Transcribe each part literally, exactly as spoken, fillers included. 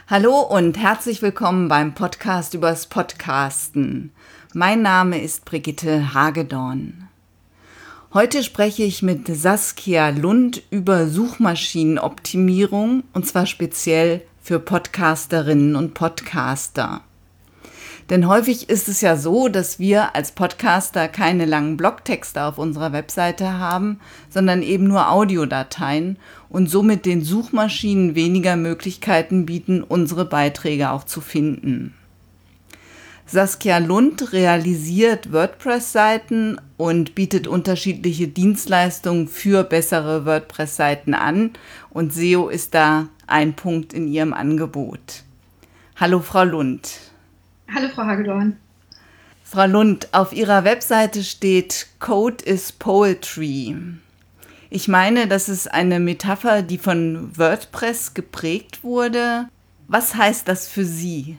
Hallo und herzlich willkommen beim Podcast übers Podcasten. Mein Name ist Brigitte Hagedorn. Heute spreche ich mit Saskia Lund über Suchmaschinenoptimierung und zwar speziell für Podcasterinnen und Podcaster. Denn häufig ist es ja so, dass wir als Podcaster keine langen Blogtexte auf unserer Webseite haben, sondern eben nur Audiodateien und somit den Suchmaschinen weniger Möglichkeiten bieten, unsere Beiträge auch zu finden. Saskia Lund realisiert WordPress-Seiten und bietet unterschiedliche Dienstleistungen für bessere WordPress-Seiten an und S E O ist da ein Punkt in ihrem Angebot. Hallo Frau Lund. Hallo Frau Hagedorn. Frau Lund, auf Ihrer Webseite steht Code is Poetry. Ich meine, das ist eine Metapher, die von WordPress geprägt wurde. Was heißt das für Sie?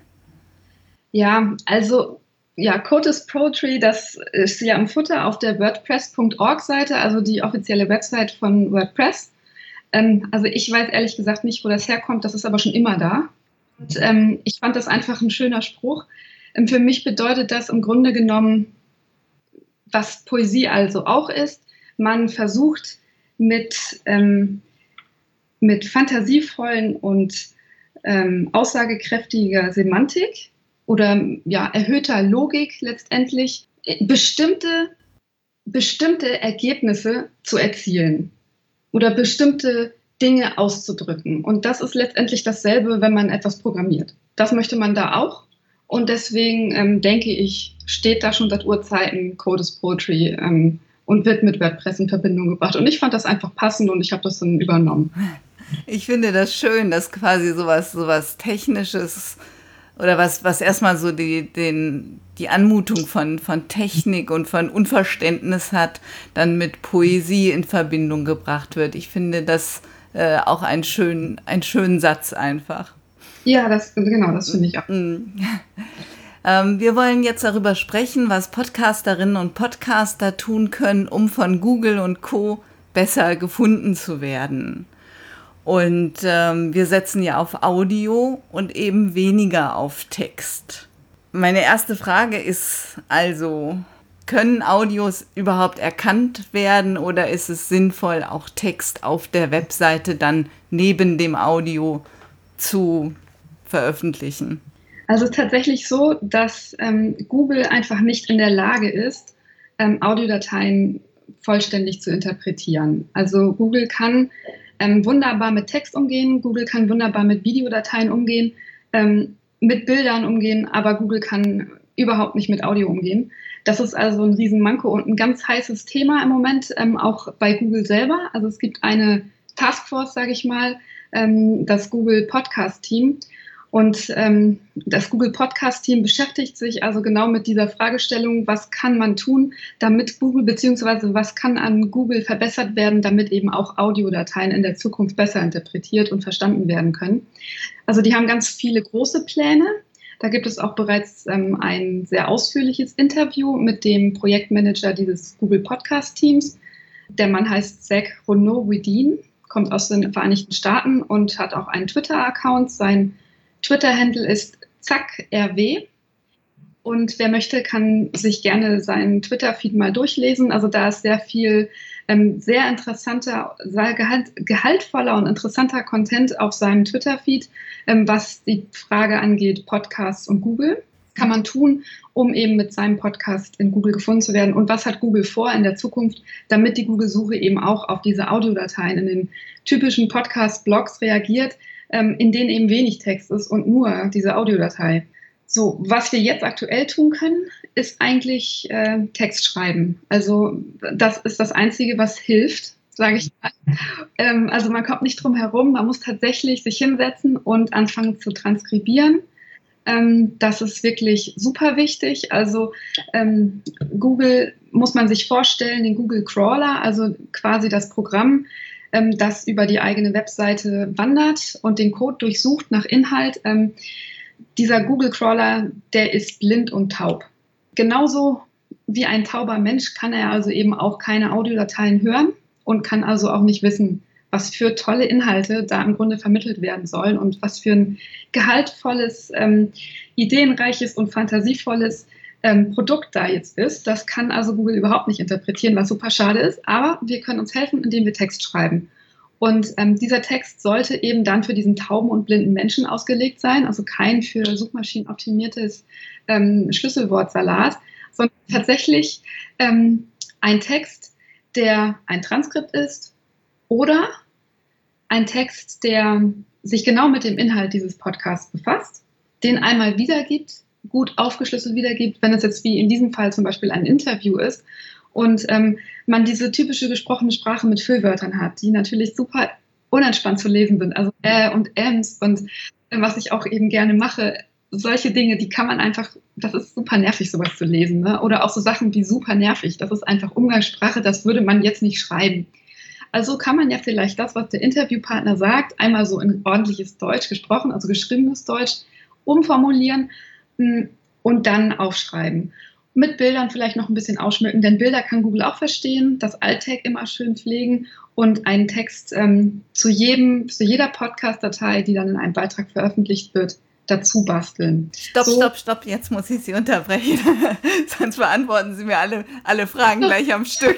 Ja, also ja, Code is Poetry, das ist ja im Futter auf der WordPress Punkt org Seite, also die offizielle Website von WordPress. Ähm, also ich weiß ehrlich gesagt nicht, wo das herkommt, das ist aber schon immer da. Und, ähm, ich fand das einfach ein schöner Spruch. Ähm, für mich bedeutet das im Grunde genommen, was Poesie also auch ist. Man versucht mit, ähm, mit fantasievollen und ähm, aussagekräftiger Semantik oder ja, erhöhter Logik letztendlich bestimmte, bestimmte Ergebnisse zu erzielen oder bestimmte Dinge auszudrücken. Und das ist letztendlich dasselbe, wenn man etwas programmiert. Das möchte man da auch. Und deswegen ähm, denke ich, steht da schon seit Urzeiten Code is Poetry ähm, und wird mit WordPress in Verbindung gebracht. Und ich fand das einfach passend und ich habe das dann übernommen. Ich finde das schön, dass quasi sowas, sowas Technisches oder was, was erstmal so die, den, die Anmutung von, von Technik und von Unverständnis hat, dann mit Poesie in Verbindung gebracht wird. Ich finde das äh, auch einen schönen, einen schönen Satz einfach. Ja, das, genau, das finde ich auch. ähm, wir wollen jetzt darüber sprechen, was Podcasterinnen und Podcaster tun können, um von Google und Co. besser gefunden zu werden. Und ähm, wir setzen ja auf Audio und eben weniger auf Text. Meine erste Frage ist also, können Audios überhaupt erkannt werden oder ist es sinnvoll, auch Text auf der Webseite dann neben dem Audio zu veröffentlichen? Also es ist tatsächlich so, dass ähm, Google einfach nicht in der Lage ist, ähm, Audiodateien vollständig zu interpretieren. Also Google kann ähm, wunderbar mit Text umgehen, Google kann wunderbar mit Videodateien umgehen, ähm, mit Bildern umgehen, aber Google kann überhaupt nicht mit Audio umgehen. Das ist also ein Riesenmanko und ein ganz heißes Thema im Moment, ähm, auch bei Google selber. Also es gibt eine Taskforce, sage ich mal, ähm, das Google Podcast Team. Und ähm, das Google Podcast Team beschäftigt sich also genau mit dieser Fragestellung, was kann man tun, damit Google, beziehungsweise was kann an Google verbessert werden, damit eben auch Audiodateien in der Zukunft besser interpretiert und verstanden werden können. Also die haben ganz viele große Pläne. Da gibt es auch bereits ähm, ein sehr ausführliches Interview mit dem Projektmanager dieses Google Podcast Teams. Der Mann heißt Zach Renaud-Wedin, kommt aus den Vereinigten Staaten und hat auch einen Twitter-Account. Sein Twitter-Handle ist zackrw und wer möchte, kann sich gerne seinen Twitter-Feed mal durchlesen. Also da ist sehr viel ähm, sehr interessanter, sehr gehalt, gehaltvoller und interessanter Content auf seinem Twitter-Feed, ähm, was die Frage angeht, Podcasts und Google. Kann man tun, um eben mit seinem Podcast in Google gefunden zu werden? Und was hat Google vor in der Zukunft, damit die Google-Suche eben auch auf diese Audiodateien in den typischen Podcast-Blogs reagiert, in denen eben wenig Text ist und nur diese Audiodatei. So, was wir jetzt aktuell tun können, ist eigentlich äh, Text schreiben. Also das ist das Einzige, was hilft, sage ich mal. Ähm, also man kommt nicht drum herum, man muss tatsächlich sich hinsetzen und anfangen zu transkribieren. Ähm, das ist wirklich super wichtig. Also ähm, Google muss man sich vorstellen, den Google Crawler, also quasi das Programm, ähm, das über die eigene Webseite wandert und den Code durchsucht nach Inhalt. Ähm, dieser Google Crawler, der ist blind und taub. Genauso wie ein tauber Mensch kann er also eben auch keine Audiodateien hören und kann also auch nicht wissen, was für tolle Inhalte da im Grunde vermittelt werden sollen und was für ein gehaltvolles, ähm, ideenreiches und fantasievolles ähm, Produkt da jetzt ist. Das kann also Google überhaupt nicht interpretieren, was super schade ist, aber wir können uns helfen, indem wir Text schreiben. Und ähm, dieser Text sollte eben dann für diesen tauben und blinden Menschen ausgelegt sein, also kein für Suchmaschinen optimiertes ähm, Schlüsselwortsalat, sondern tatsächlich ähm, ein Text, der ein Transkript ist oder ein Text, der sich genau mit dem Inhalt dieses Podcasts befasst, den einmal wiedergibt, gut aufgeschlüsselt wiedergibt, wenn es jetzt wie in diesem Fall zum Beispiel ein Interview ist und ähm, man diese typische gesprochene Sprache mit Füllwörtern hat, die natürlich super unentspannt zu lesen sind, also äh und äms und äh, was ich auch eben gerne mache, solche Dinge, die kann man einfach, das ist super nervig, sowas zu lesen, ne? Oder auch so Sachen wie super nervig, das ist einfach Umgangssprache, das würde man jetzt nicht schreiben. Also kann man ja vielleicht das, was der Interviewpartner sagt, einmal so in ordentliches Deutsch gesprochen, also geschriebenes Deutsch, umformulieren mh, und dann aufschreiben. Mit Bildern vielleicht noch ein bisschen ausschmücken, denn Bilder kann Google auch verstehen, das Alt-Tag immer schön pflegen und einen Text ähm, zu jedem, zu jeder Podcast-Datei, die dann in einem Beitrag veröffentlicht wird, dazu basteln. Stopp, so. stopp, stopp, jetzt muss ich Sie unterbrechen. Sonst beantworten Sie mir alle, alle Fragen gleich am Stück.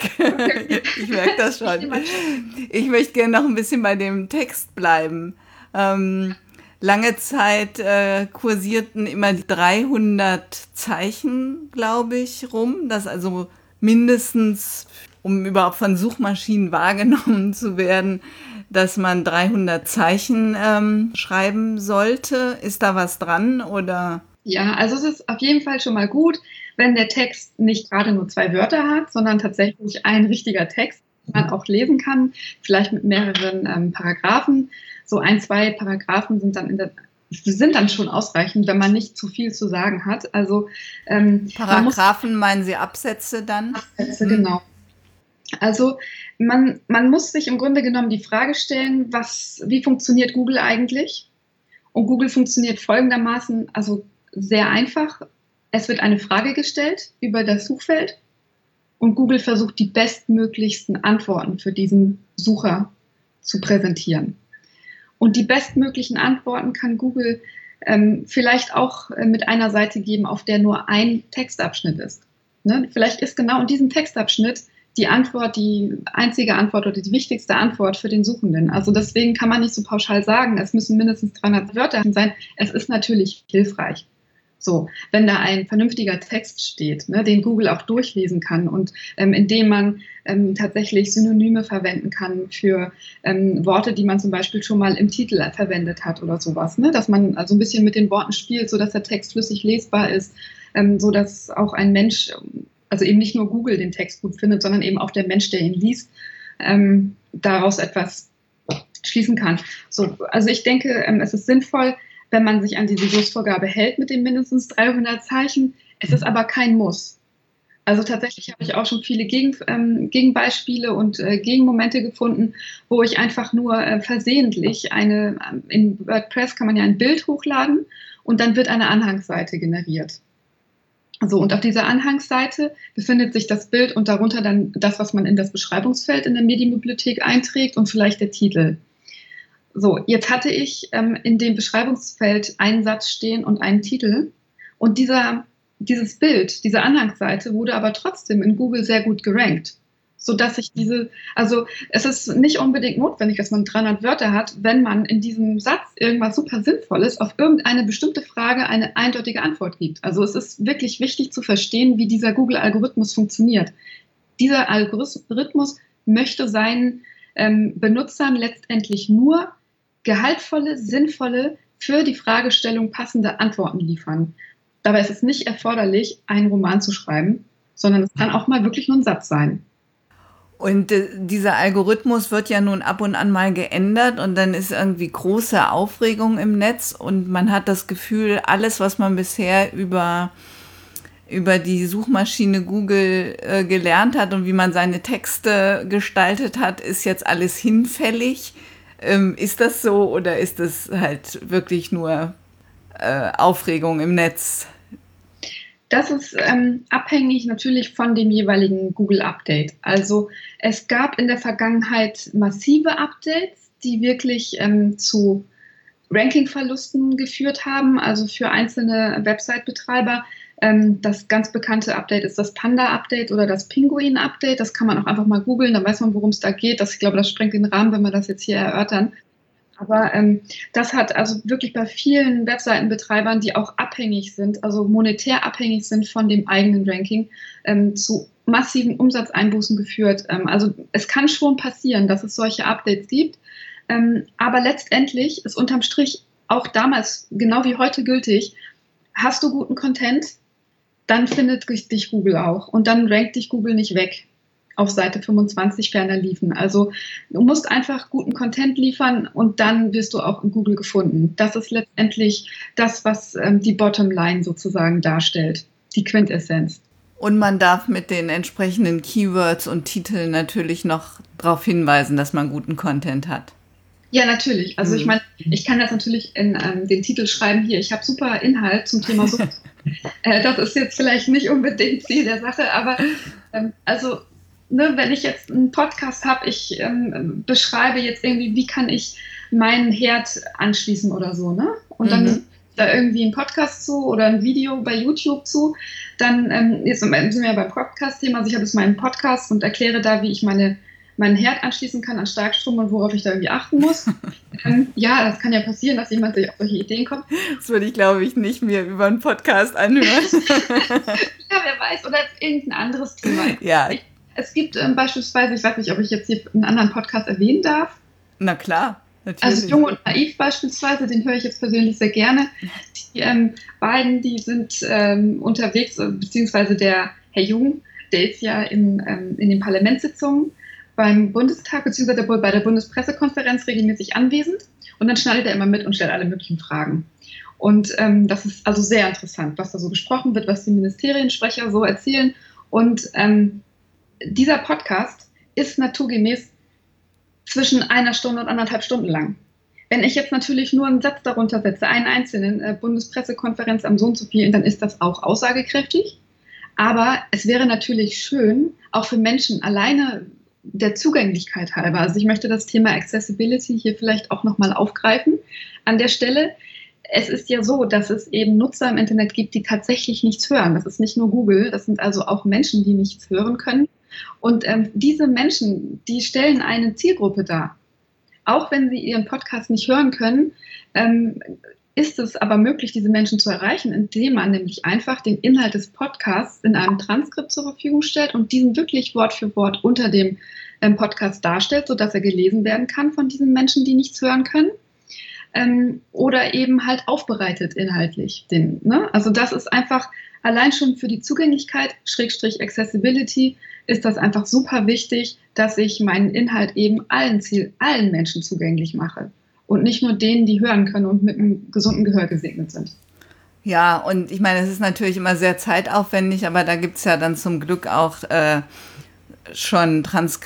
Ich merke das schon. Ich möchte gerne noch ein bisschen bei dem Text bleiben. Ähm, lange Zeit äh, kursierten immer die dreihundert Zeichen, glaube ich, rum. Das also mindestens, um überhaupt von Suchmaschinen wahrgenommen zu werden, dass man dreihundert Zeichen ähm, schreiben sollte. Ist da was dran oder? Ja, also es ist auf jeden Fall schon mal gut, wenn der Text nicht gerade nur zwei Wörter hat, sondern tatsächlich ein richtiger Text, den man auch lesen kann, vielleicht mit mehreren ähm, Paragraphen. So ein, zwei Paragraphen sind dann in der sind dann schon ausreichend, wenn man nicht zu viel zu sagen hat. Also ähm, Paragraphen meinen Sie Absätze dann? Absätze, genau. Also man, man muss sich im Grunde genommen die Frage stellen, was, wie funktioniert Google eigentlich? Und Google funktioniert folgendermaßen, also sehr einfach. Es wird eine Frage gestellt über das Suchfeld und Google versucht, die bestmöglichsten Antworten für diesen Sucher zu präsentieren. Und die bestmöglichen Antworten kann Google ähm, vielleicht auch äh, mit einer Seite geben, auf der nur ein Textabschnitt ist. Ne? Vielleicht ist genau in diesem Textabschnitt die Antwort, die einzige Antwort oder die wichtigste Antwort für den Suchenden. Also deswegen kann man nicht so pauschal sagen, es müssen mindestens dreihundert Wörter sein. Es ist natürlich hilfreich. So, wenn da ein vernünftiger Text steht, ne, den Google auch durchlesen kann und ähm, indem man ähm, tatsächlich Synonyme verwenden kann für ähm, Worte, die man zum Beispiel schon mal im Titel verwendet hat oder sowas, ne, dass man also ein bisschen mit den Worten spielt, sodass der Text flüssig lesbar ist, ähm, sodass auch ein Mensch, also eben nicht nur Google den Text gut findet, sondern eben auch der Mensch, der ihn liest, ähm, daraus etwas schließen kann. So, also ich denke, ähm, es ist sinnvoll, wenn man sich an diese Schlussvorgabe hält mit den mindestens dreihundert Zeichen. Es ist aber kein Muss. Also tatsächlich habe ich auch schon viele Gegen, ähm, Gegenbeispiele und äh, Gegenmomente gefunden, wo ich einfach nur äh, versehentlich eine, in WordPress kann man ja ein Bild hochladen und dann wird eine Anhangsseite generiert. So, und auf dieser Anhangsseite befindet sich das Bild und darunter dann das, was man in das Beschreibungsfeld in der Medienbibliothek einträgt und vielleicht der Titel. So, jetzt hatte ich ähm, in dem Beschreibungsfeld einen Satz stehen und einen Titel und dieser, dieses Bild, diese Anhangsseite wurde aber trotzdem in Google sehr gut gerankt, sodass ich diese, also es ist nicht unbedingt notwendig, dass man dreihundert Wörter hat, wenn man in diesem Satz irgendwas super Sinnvolles auf irgendeine bestimmte Frage eine eindeutige Antwort gibt. Also es ist wirklich wichtig zu verstehen, wie dieser Google-Algorithmus funktioniert. Dieser Algorithmus möchte seinen ähm, Benutzern letztendlich nur gehaltvolle, sinnvolle, für die Fragestellung passende Antworten liefern. Dabei ist es nicht erforderlich, einen Roman zu schreiben, sondern es kann auch mal wirklich nur ein Satz sein. Und äh, dieser Algorithmus wird ja nun ab und an mal geändert und dann ist irgendwie große Aufregung im Netz und man hat das Gefühl, alles, was man bisher über, über die Suchmaschine Google äh, gelernt hat und wie man seine Texte gestaltet hat, ist jetzt alles hinfällig. Ähm, ist das so oder ist das halt wirklich nur äh, Aufregung im Netz? Das ist ähm, abhängig natürlich von dem jeweiligen Google-Update. Also es gab in der Vergangenheit massive Updates, die wirklich ähm, zu Rankingverlusten geführt haben, also für einzelne Website-Betreiber. Ähm, das ganz bekannte Update ist das Panda-Update oder das Pinguin-Update. Das kann man auch einfach mal googeln, dann weiß man, worum es da geht. Das, ich glaube, das sprengt den Rahmen, wenn wir das jetzt hier erörtern. Aber ähm, das hat also wirklich bei vielen Webseitenbetreibern, die auch abhängig sind, also monetär abhängig sind von dem eigenen Ranking, ähm, zu massiven Umsatzeinbußen geführt. Ähm, also es kann schon passieren, dass es solche Updates gibt. Ähm, aber letztendlich ist unterm Strich auch damals, genau wie heute gültig, hast du guten Content, dann findet dich Google auch und dann rankt dich Google nicht weg auf Seite fünfundzwanzig ferner liefen. Also du musst einfach guten Content liefern und dann wirst du auch in Google gefunden. Das ist letztendlich das, was ähm, die Bottomline sozusagen darstellt, die Quintessenz. Und man darf mit den entsprechenden Keywords und Titeln natürlich noch darauf hinweisen, dass man guten Content hat. Ja, natürlich. Also mhm. ich meine, ich kann das natürlich in ähm, den Titel schreiben, hier, ich habe super Inhalt zum Thema Sucht. äh, das ist jetzt vielleicht nicht unbedingt Ziel der Sache, aber ähm, also Ne, wenn ich jetzt einen Podcast habe, ich ähm, beschreibe jetzt irgendwie, wie kann ich meinen Herd anschließen oder so, ne? Und dann mhm. da irgendwie ein Podcast zu oder ein Video bei YouTube zu, dann ähm, jetzt sind wir ja beim Podcast-Thema, also ich habe jetzt meinen Podcast und erkläre da, wie ich meine, meinen Herd anschließen kann an Starkstrom und worauf ich da irgendwie achten muss. ähm, ja, das kann ja passieren, dass jemand sich auf solche Ideen kommt. Das würde ich, glaube ich, nicht mir über einen Podcast anhören. Ja, wer weiß, oder irgendein anderes Thema. Ja. Ich, Es gibt ähm, beispielsweise, ich weiß nicht, ob ich jetzt hier einen anderen Podcast erwähnen darf. Na klar, natürlich. Also Jung und Naiv beispielsweise, den höre ich jetzt persönlich sehr gerne. Die ähm, beiden, die sind ähm, unterwegs, beziehungsweise der Herr Jung, der ist ja in, ähm, in den Parlamentssitzungen beim Bundestag, beziehungsweise bei der Bundespressekonferenz regelmäßig anwesend. Und dann schneidet er immer mit und stellt alle möglichen Fragen. Und ähm, das ist also sehr interessant, was da so gesprochen wird, was die Ministeriensprecher so erzählen. Und ähm, dieser Podcast ist naturgemäß zwischen einer Stunde und anderthalb Stunden lang. Wenn ich jetzt natürlich nur einen Satz darunter setze, einen einzelnen, äh, Bundespressekonferenz am so und so viel, dann ist das auch aussagekräftig. Aber es wäre natürlich schön, auch für Menschen alleine der Zugänglichkeit halber. Also ich möchte das Thema Accessibility hier vielleicht auch nochmal aufgreifen an der Stelle. Es ist ja so, dass es eben Nutzer im Internet gibt, die tatsächlich nichts hören. Das ist nicht nur Google, das sind also auch Menschen, die nichts hören können. Und ähm, diese Menschen, die stellen eine Zielgruppe dar. Auch wenn sie ihren Podcast nicht hören können, ähm, ist es aber möglich, diese Menschen zu erreichen, indem man nämlich einfach den Inhalt des Podcasts in einem Transkript zur Verfügung stellt und diesen wirklich Wort für Wort unter dem ähm, Podcast darstellt, sodass er gelesen werden kann von diesen Menschen, die nichts hören können. Ähm, oder eben halt aufbereitet inhaltlich. Den, ne? Also das ist einfach allein schon für die Zugänglichkeit, Schrägstrich Accessibility, ist das einfach super wichtig, dass ich meinen Inhalt eben allen Ziel, allen Menschen zugänglich mache und nicht nur denen, die hören können und mit einem gesunden Gehör gesegnet sind. Ja, und ich meine, es ist natürlich immer sehr zeitaufwendig, aber da gibt es ja dann zum Glück auch äh, schon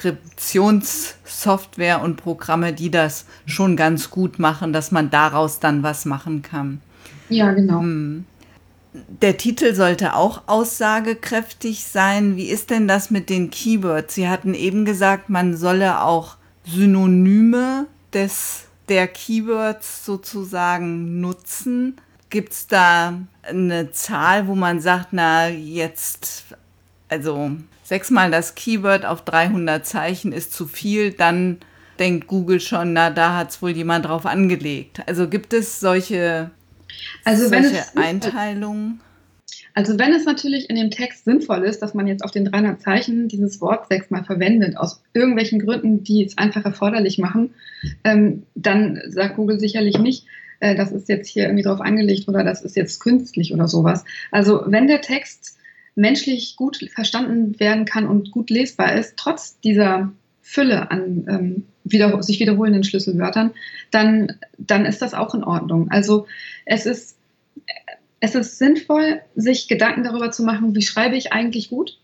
Transkriptionssoftware und Programme, die das schon ganz gut machen, dass man daraus dann was machen kann. Ja, genau. Hm. Der Titel sollte auch aussagekräftig sein. Wie ist denn das mit den Keywords? Sie hatten eben gesagt, man solle auch Synonyme des, der Keywords sozusagen nutzen. Gibt es da eine Zahl, wo man sagt, na jetzt, also sechsmal das Keyword auf dreihundert Zeichen ist zu viel, dann denkt Google schon, na da hat es wohl jemand drauf angelegt. Also gibt es solche... Also wenn Solche es, Einteilungen? Also wenn es natürlich in dem Text sinnvoll ist, dass man jetzt auf den dreihundert Zeichen dieses Wort sechsmal verwendet, aus irgendwelchen Gründen, die es einfach erforderlich machen, ähm, dann sagt Google sicherlich nicht, äh, das ist jetzt hier irgendwie drauf angelegt oder das ist jetzt künstlich oder sowas. Also wenn der Text menschlich gut verstanden werden kann und gut lesbar ist, trotz dieser Fülle an ähm, wieder, sich wiederholenden Schlüsselwörtern, dann, dann ist das auch in Ordnung. Also es ist, es ist sinnvoll, sich Gedanken darüber zu machen, wie schreibe ich eigentlich gut?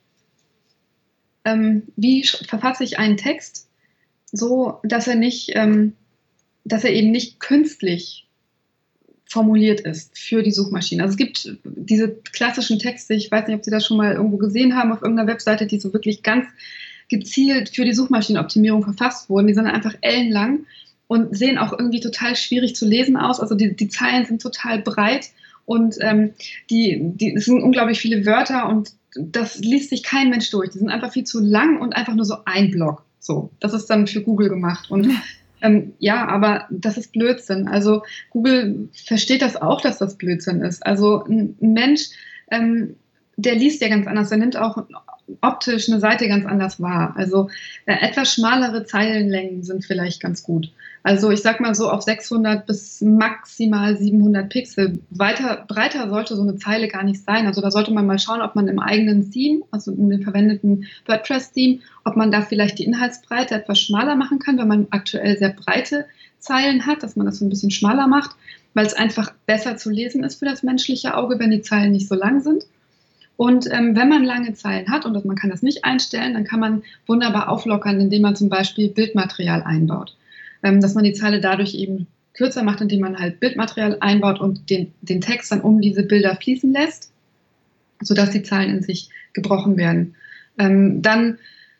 Ähm, wie sch- verfasse ich einen Text, so dass er nicht, ähm, dass er eben nicht künstlich formuliert ist für die Suchmaschine. Also es gibt diese klassischen Texte, ich weiß nicht, ob Sie das schon mal irgendwo gesehen haben, auf irgendeiner Webseite, die so wirklich ganz gezielt für die Suchmaschinenoptimierung verfasst wurden. Die sind einfach ellenlang und sehen auch irgendwie total schwierig zu lesen aus. Also die, die Zeilen sind total breit und ähm, die, die, es sind unglaublich viele Wörter und das liest sich kein Mensch durch. Die sind einfach viel zu lang und einfach nur so ein Block. So, das ist dann für Google gemacht. Und ähm, ja, aber das ist Blödsinn. Also Google versteht das auch, dass das Blödsinn ist. Also ein Mensch, ähm, der liest ja ganz anders. Der nimmt auch optisch eine Seite ganz anders wahr. Also äh, etwas schmalere Zeilenlängen sind vielleicht ganz gut. Also ich sag mal so auf sechshundert bis maximal siebenhundert Pixel. Weiter, breiter sollte so eine Zeile gar nicht sein. Also da sollte man mal schauen, ob man im eigenen Theme, also in dem verwendeten WordPress-Theme, ob man da vielleicht die Inhaltsbreite etwas schmaler machen kann, wenn man aktuell sehr breite Zeilen hat, dass man das so ein bisschen schmaler macht, weil es einfach besser zu lesen ist für das menschliche Auge, wenn die Zeilen nicht so lang sind. Und ähm, wenn man lange Zeilen hat und man kann das nicht einstellen, dann kann man wunderbar auflockern, indem man zum Beispiel Bildmaterial einbaut. Ähm, dass man die Zeile dadurch eben kürzer macht, indem man halt Bildmaterial einbaut und den, den Text dann um diese Bilder fließen lässt, sodass die Zeilen in sich gebrochen werden. Ähm, dann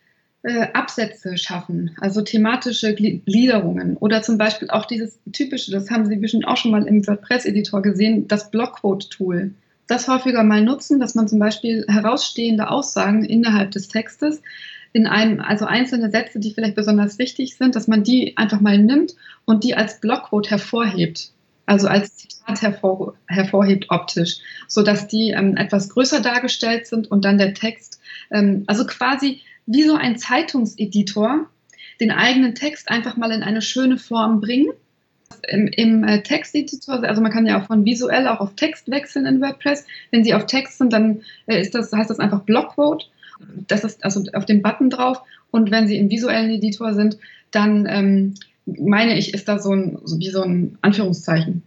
äh, Absätze schaffen, also thematische Gliederungen oder zum Beispiel auch dieses typische, das haben Sie bestimmt auch schon mal im WordPress-Editor gesehen, das Blockquote-Tool. Das häufiger mal nutzen, dass man zum Beispiel herausstehende Aussagen innerhalb des Textes in einem, also einzelne Sätze, die vielleicht besonders wichtig sind, dass man die einfach mal nimmt und die als Blockquote hervorhebt, also als Zitat hervor, hervorhebt optisch, sodass die ähm, etwas größer dargestellt sind und dann der Text, ähm, also quasi wie so ein Zeitungseditor, den eigenen Text einfach mal in eine schöne Form bringen. Im, im äh, Texteditor, also man kann ja auch von visuell auch auf Text wechseln in WordPress. Wenn Sie auf Text sind, dann äh, ist das, heißt das einfach Blockquote. Das ist also auf dem Button drauf. Und wenn Sie im visuellen Editor sind, dann ähm, meine ich, ist da so ein, so wie so ein Anführungszeichen.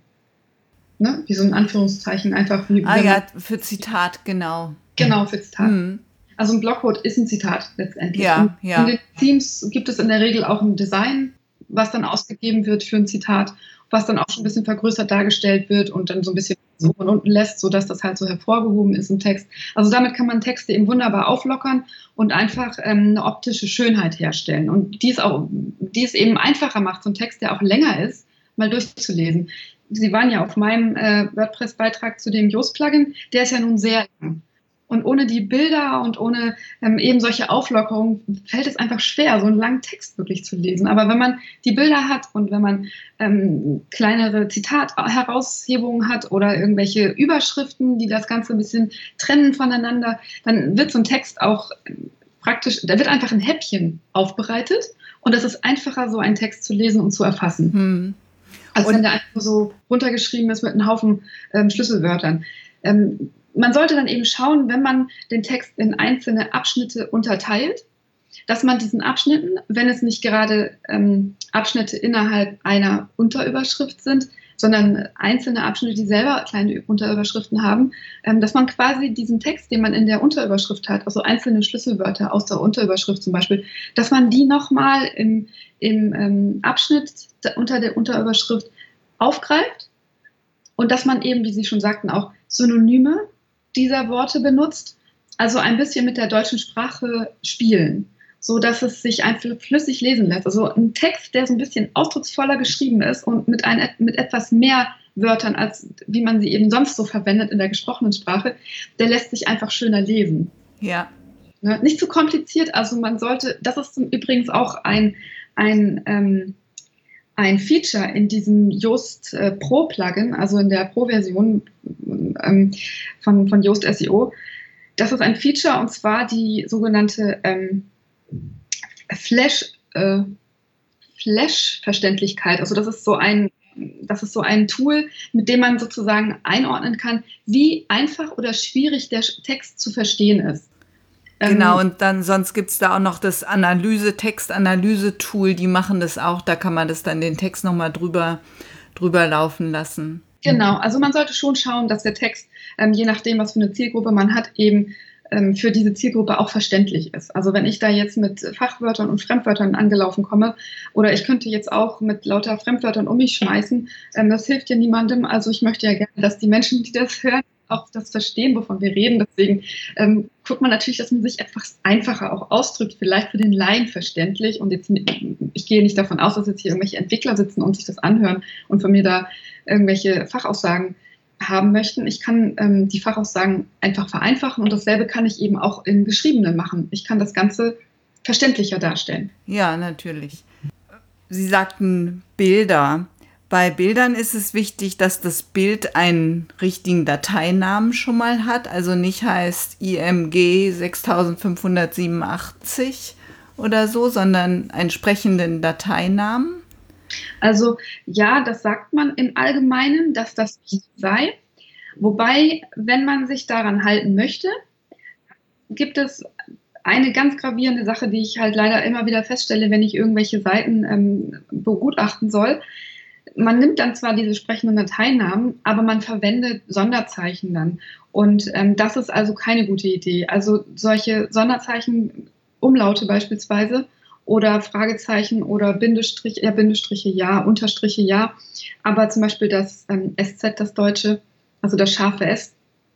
Ne? Wie so ein Anführungszeichen einfach. Wie, ah ja, für Zitat, genau. Genau, für Zitat. Hm. Also ein Blockquote ist ein Zitat letztendlich. Ja, und ja. In den Themes gibt es in der Regel auch ein Design, was dann ausgegeben wird für ein Zitat, was dann auch schon ein bisschen vergrößert dargestellt wird und dann so ein bisschen so von unten lässt, sodass das halt so hervorgehoben ist im Text. Also damit kann man Texte eben wunderbar auflockern und einfach ähm, eine optische Schönheit herstellen. Und die es auch, die es eben einfacher macht, so ein Text, der auch länger ist, mal durchzulesen. Sie waren ja auf meinem äh, WordPress-Beitrag zu dem Yoast-Plugin, der ist ja nun sehr lang. Und ohne die Bilder und ohne ähm, eben solche Auflockerungen fällt es einfach schwer, so einen langen Text wirklich zu lesen. Aber wenn man die Bilder hat und wenn man ähm, kleinere Zitatherausgebungen hat oder irgendwelche Überschriften, die das Ganze ein bisschen trennen voneinander, dann wird so ein Text auch praktisch, da wird einfach ein Häppchen aufbereitet und es ist einfacher, so einen Text zu lesen und zu erfassen. Hm. Als und wenn der einfach so runtergeschrieben ist mit einem Haufen ähm, Schlüsselwörtern. Ähm, Man sollte dann eben schauen, wenn man den Text in einzelne Abschnitte unterteilt, dass man diesen Abschnitten, wenn es nicht gerade ähm, Abschnitte innerhalb einer Unterüberschrift sind, sondern einzelne Abschnitte, die selber kleine Unterüberschriften haben, ähm, dass man quasi diesen Text, den man in der Unterüberschrift hat, also einzelne Schlüsselwörter aus der Unterüberschrift zum Beispiel, dass man die nochmal im, im ähm, Abschnitt unter der Unterüberschrift aufgreift und dass man eben, wie Sie schon sagten, auch Synonyme dieser Worte benutzt, also ein bisschen mit der deutschen Sprache spielen, so dass es sich einfach flüssig lesen lässt. Also ein Text, der so ein bisschen ausdrucksvoller geschrieben ist und mit, ein, mit etwas mehr Wörtern, als wie man sie eben sonst so verwendet in der gesprochenen Sprache, der lässt sich einfach schöner lesen. Ja. Ne? Nicht zu kompliziert, also man sollte, das ist übrigens auch ein, ein ähm, ein Feature in diesem Yoast äh, Pro Plugin, also in der Pro-Version ähm, von, von Yoast S E O. Das ist ein Feature und zwar die sogenannte ähm, Flash, äh, Flash-Verständlichkeit. Also das ist so ein, das ist so ein Tool, mit dem man sozusagen einordnen kann, wie einfach oder schwierig der Text zu verstehen ist. Genau, und dann sonst gibt es da auch noch das Analyse, Textanalyse-Tool, die machen das auch, da kann man das dann den Text nochmal drüber, drüber laufen lassen. Genau, also man sollte schon schauen, dass der Text, ähm, je nachdem, was für eine Zielgruppe man hat, eben ähm, für diese Zielgruppe auch verständlich ist. Also wenn ich da jetzt mit Fachwörtern und Fremdwörtern angelaufen komme oder ich könnte jetzt auch mit lauter Fremdwörtern um mich schmeißen, ähm, das hilft ja niemandem. Also ich möchte ja gerne, dass die Menschen, die das hören, auch das verstehen, wovon wir reden. Deswegen ähm, guckt man natürlich, dass man sich etwas einfacher auch ausdrückt, vielleicht für den Laien verständlich. Und jetzt, ich gehe nicht davon aus, dass jetzt hier irgendwelche Entwickler sitzen und sich das anhören und von mir da irgendwelche Fachaussagen haben möchten. Ich kann ähm, die Fachaussagen einfach vereinfachen und dasselbe kann ich eben auch im Geschriebenen machen. Ich kann das Ganze verständlicher darstellen. Ja, natürlich. Sie sagten Bilder. Bei Bildern ist es wichtig, dass das Bild einen richtigen Dateinamen schon mal hat, also nicht heißt I M G sechstausendfünfhundertsiebenundachtzig oder so, sondern einen sprechenden Dateinamen. Also ja, das sagt man im Allgemeinen, dass das wichtig sei. Wobei, wenn man sich daran halten möchte, gibt es eine ganz gravierende Sache, die ich halt leider immer wieder feststelle, wenn ich irgendwelche Seiten ähm, begutachten soll. Man nimmt dann zwar diese sprechenden Dateinamen, aber man verwendet Sonderzeichen dann. Und ähm, das ist also keine gute Idee. Also solche Sonderzeichen, Umlaute beispielsweise oder Fragezeichen oder Bindestrich, ja, Bindestriche ja, Unterstriche ja. Aber zum Beispiel das ähm, S Z, das Deutsche, also das scharfe S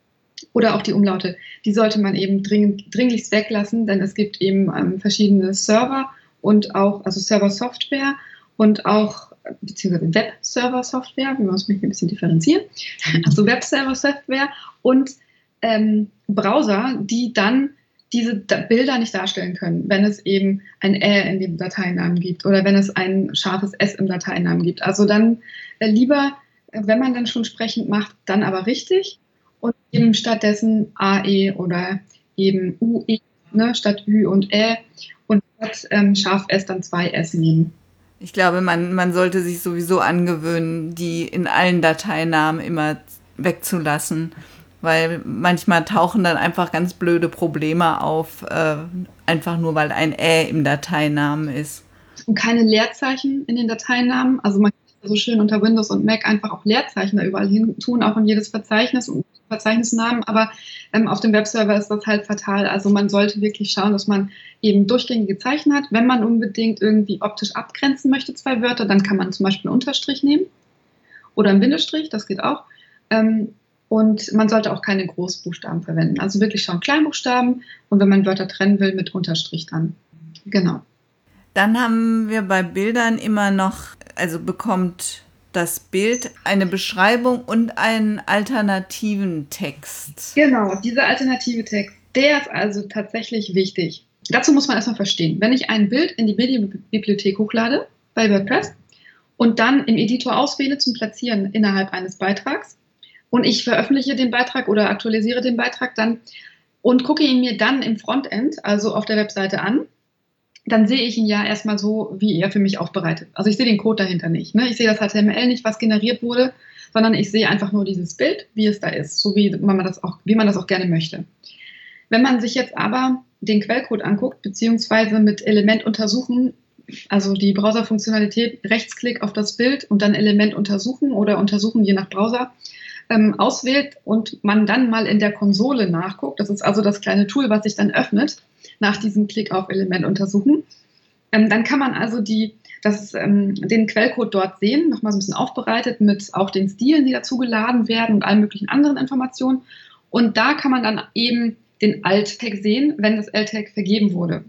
oder auch die Umlaute, die sollte man eben dringend, dringlichst weglassen, denn es gibt eben ähm, verschiedene Server und auch, also Server-Software und auch beziehungsweise Web-Server-Software, wir müssen mich ein bisschen differenzieren, also Web-Server-Software und ähm, Browser, die dann diese Bilder nicht darstellen können, wenn es eben ein Ä in dem Dateinamen gibt oder wenn es ein scharfes S im Dateinamen gibt. Also dann äh, lieber, wenn man dann schon sprechend macht, dann aber richtig und eben stattdessen A E oder eben U E, ne, statt Ü und Ä und statt ähm, scharf S dann zwei S nehmen. Ich glaube, man, man sollte sich sowieso angewöhnen, die in allen Dateinamen immer wegzulassen, weil manchmal tauchen dann einfach ganz blöde Probleme auf, äh, einfach nur weil ein Ä im Dateinamen ist. Und keine Leerzeichen in den Dateinamen. Also man kann so schön unter Windows und Mac einfach auch Leerzeichen da überall hin tun, auch in jedes Verzeichnis und Verzeichnisnamen, aber ähm, auf dem Webserver ist das halt fatal. Also man sollte wirklich schauen, dass man eben durchgängige Zeichen hat. Wenn man unbedingt irgendwie optisch abgrenzen möchte, zwei Wörter, dann kann man zum Beispiel einen Unterstrich nehmen oder einen Bindestrich, das geht auch. Ähm, und man sollte auch keine Großbuchstaben verwenden. Also wirklich schauen, Kleinbuchstaben und wenn man Wörter trennen will, mit Unterstrich dann. Genau. Dann haben wir bei Bildern immer noch, also bekommt das Bild eine Beschreibung und einen alternativen Text. Genau, dieser alternative Text, der ist also tatsächlich wichtig. Dazu muss man erstmal verstehen, wenn ich ein Bild in die Medienbibliothek hochlade bei WordPress und dann im Editor auswähle zum Platzieren innerhalb eines Beitrags und ich veröffentliche den Beitrag oder aktualisiere den Beitrag dann und gucke ihn mir dann im Frontend, also auf der Webseite an, dann sehe ich ihn ja erstmal so, wie er für mich aufbereitet. Also ich sehe den Code dahinter nicht. Ne? Ich sehe das H T M L nicht, was generiert wurde, sondern ich sehe einfach nur dieses Bild, wie es da ist, so wie man das auch, wie man das auch gerne möchte. Wenn man sich jetzt aber den Quellcode anguckt, beziehungsweise mit Element untersuchen, also die Browserfunktionalität, Rechtsklick auf das Bild und dann Element untersuchen oder untersuchen je nach Browser, ähm, auswählt und man dann mal in der Konsole nachguckt, das ist also das kleine Tool, was sich dann öffnet, nach diesem Klick auf Element untersuchen, ähm, dann kann man also die, das, ähm, den Quellcode dort sehen, nochmal so ein bisschen aufbereitet mit auch den Stilen, die dazu geladen werden und allen möglichen anderen Informationen. Und da kann man dann eben den Alt-Tag sehen, wenn das Alt-Tag vergeben wurde.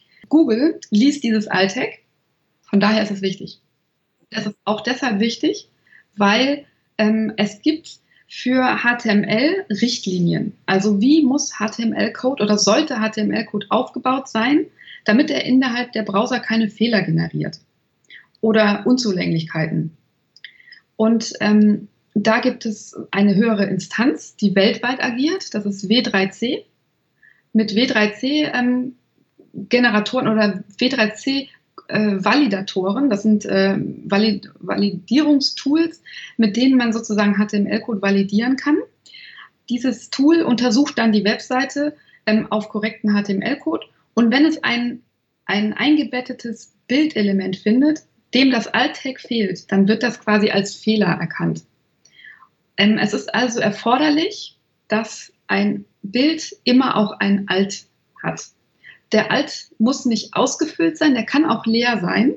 Google liest dieses Alt-Tag, von daher ist es wichtig. Das ist auch deshalb wichtig, weil ähm, es gibt für H T M L Richtlinien. Also wie muss H T M L-Code oder sollte H T M L-Code aufgebaut sein, damit er innerhalb der Browser keine Fehler generiert oder Unzulänglichkeiten. Und ähm, da gibt es eine höhere Instanz, die weltweit agiert, das ist W drei C. Mit W drei C ähm, Generatoren oder W drei C Äh, Validatoren, das sind äh, Valid- Validierungstools, mit denen man sozusagen H T M L-Code validieren kann. Dieses Tool untersucht dann die Webseite ähm, auf korrekten H T M L-Code und wenn es ein, ein eingebettetes Bildelement findet, dem das Alt-Tag fehlt, dann wird das quasi als Fehler erkannt. Ähm, es ist also erforderlich, dass ein Bild immer auch ein Alt hat. Der Alt muss nicht ausgefüllt sein, der kann auch leer sein,